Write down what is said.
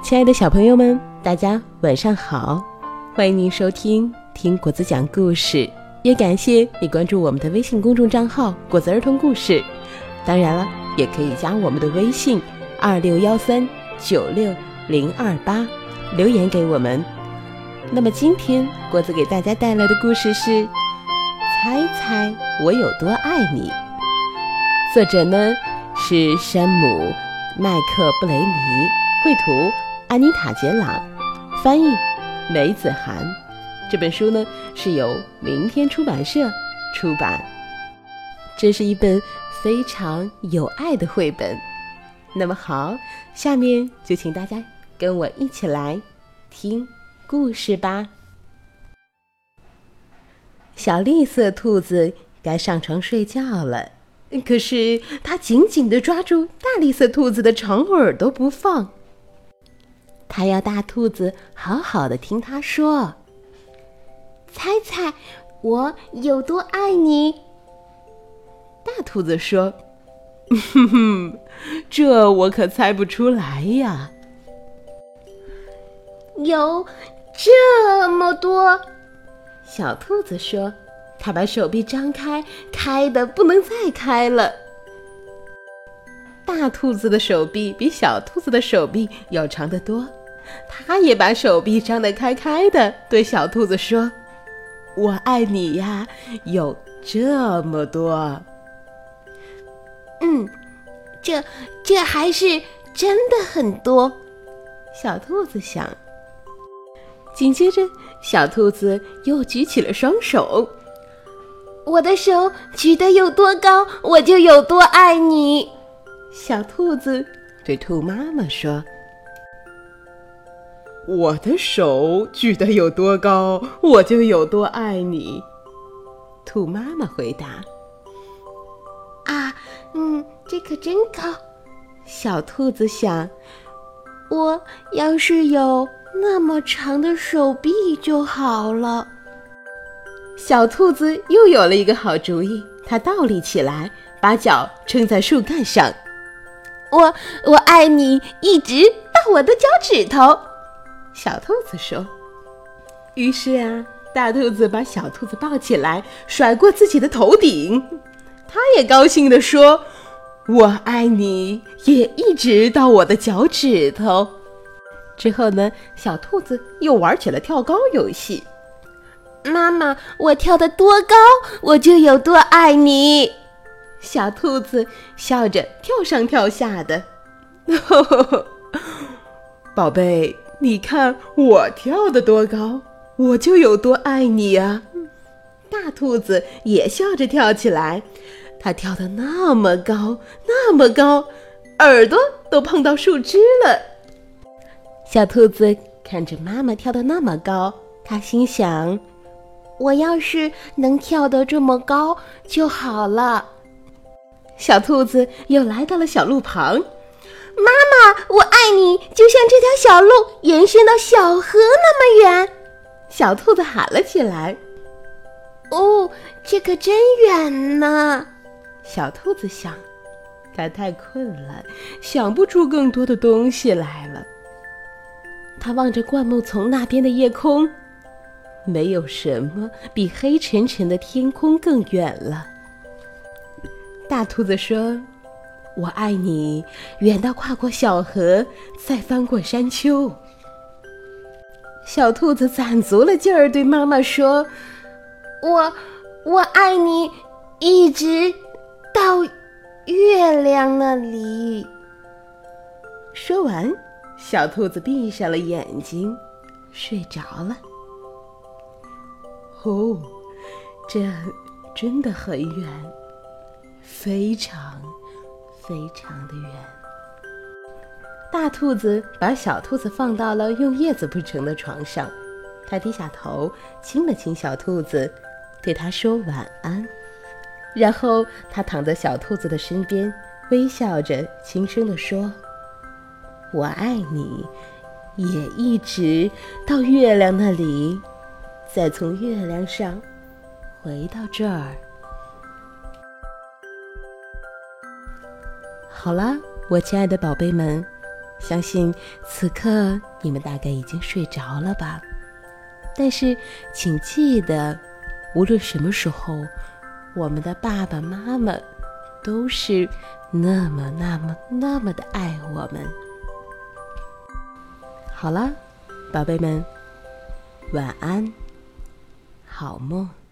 亲爱的小朋友们，大家晚上好，欢迎您收听听果子讲故事，也感谢你关注我们的微信公众账号果子儿童故事。当然了，也可以加我们的微信2613960028留言给我们。那么今天果子给大家带来的故事是猜猜我有多爱你，作者呢是山姆麦克布雷尼，绘图安妮塔杰朗，翻译梅子涵。这本书呢是由明天出版社出版。这是一本非常有爱的绘本。那么好，下面就请大家跟我一起来听故事吧。小绿色兔子该上床睡觉了，可是它紧紧地抓住大绿色兔子的长耳朵不放。它要大兔子好好地听它说，猜猜我有多爱你。大兔子说，哼哼，这我可猜不出来呀。有这么多。小兔子说，它把手臂张开，开得不能再开了。大兔子的手臂比小兔子的手臂要长得多，它也把手臂张得开开的，对小兔子说，我爱你呀，有这么多。这还是真的很多，小兔子想。紧接着，小兔子又举起了双手，我的手举得有多高，我就有多爱你。小兔子对兔妈妈说，我的手举得有多高，我就有多爱你。兔妈妈回答。这可真高。小兔子想，我要是有那么长的手臂就好了。小兔子又有了一个好主意，它倒立起来，把脚撑在树干上。我爱你，一直到我的脚趾头。小兔子说。于是大兔子把小兔子抱起来，甩过自己的头顶。它也高兴地说，我爱你，也一直到我的脚趾头。之后呢，小兔子又玩起了跳高游戏。妈妈，我跳得多高，我就有多爱你。小兔子笑着跳上跳下的。宝贝，你看我跳得多高，我就有多爱你啊。大兔子也笑着跳起来，它跳得那么高那么高，耳朵都碰到树枝了。小兔子看着妈妈跳得那么高，它心想，我要是能跳得这么高就好了。小兔子又来到了小路旁。妈妈，我爱你，就像这条小路延伸到小河那么远。小兔子喊了起来。这可真远呢。小兔子想，它太困了，想不出更多的东西来了。它望着灌木丛那边的夜空，没有什么比黑沉沉的天空更远了。大兔子说，我爱你，远到跨过小河，再翻过山丘。小兔子攒足了劲儿对妈妈说，我爱你，一直到月亮那里。说完，小兔子闭上了眼睛，睡着了。这真的很远，非常非常的远。大兔子把小兔子放到了用叶子铺成的床上，它低下头亲了亲小兔子，对它说晚安。然后它躺在小兔子的身边，微笑着轻声地说，我爱你，也一直到月亮那里，再从月亮上回到这儿。好了，我亲爱的宝贝们， 相信此刻你们大概已经睡着了吧？但是请记得，无论什么时候，我们的爸爸妈妈都是那么的爱我们。好了，宝贝们，晚安，好梦。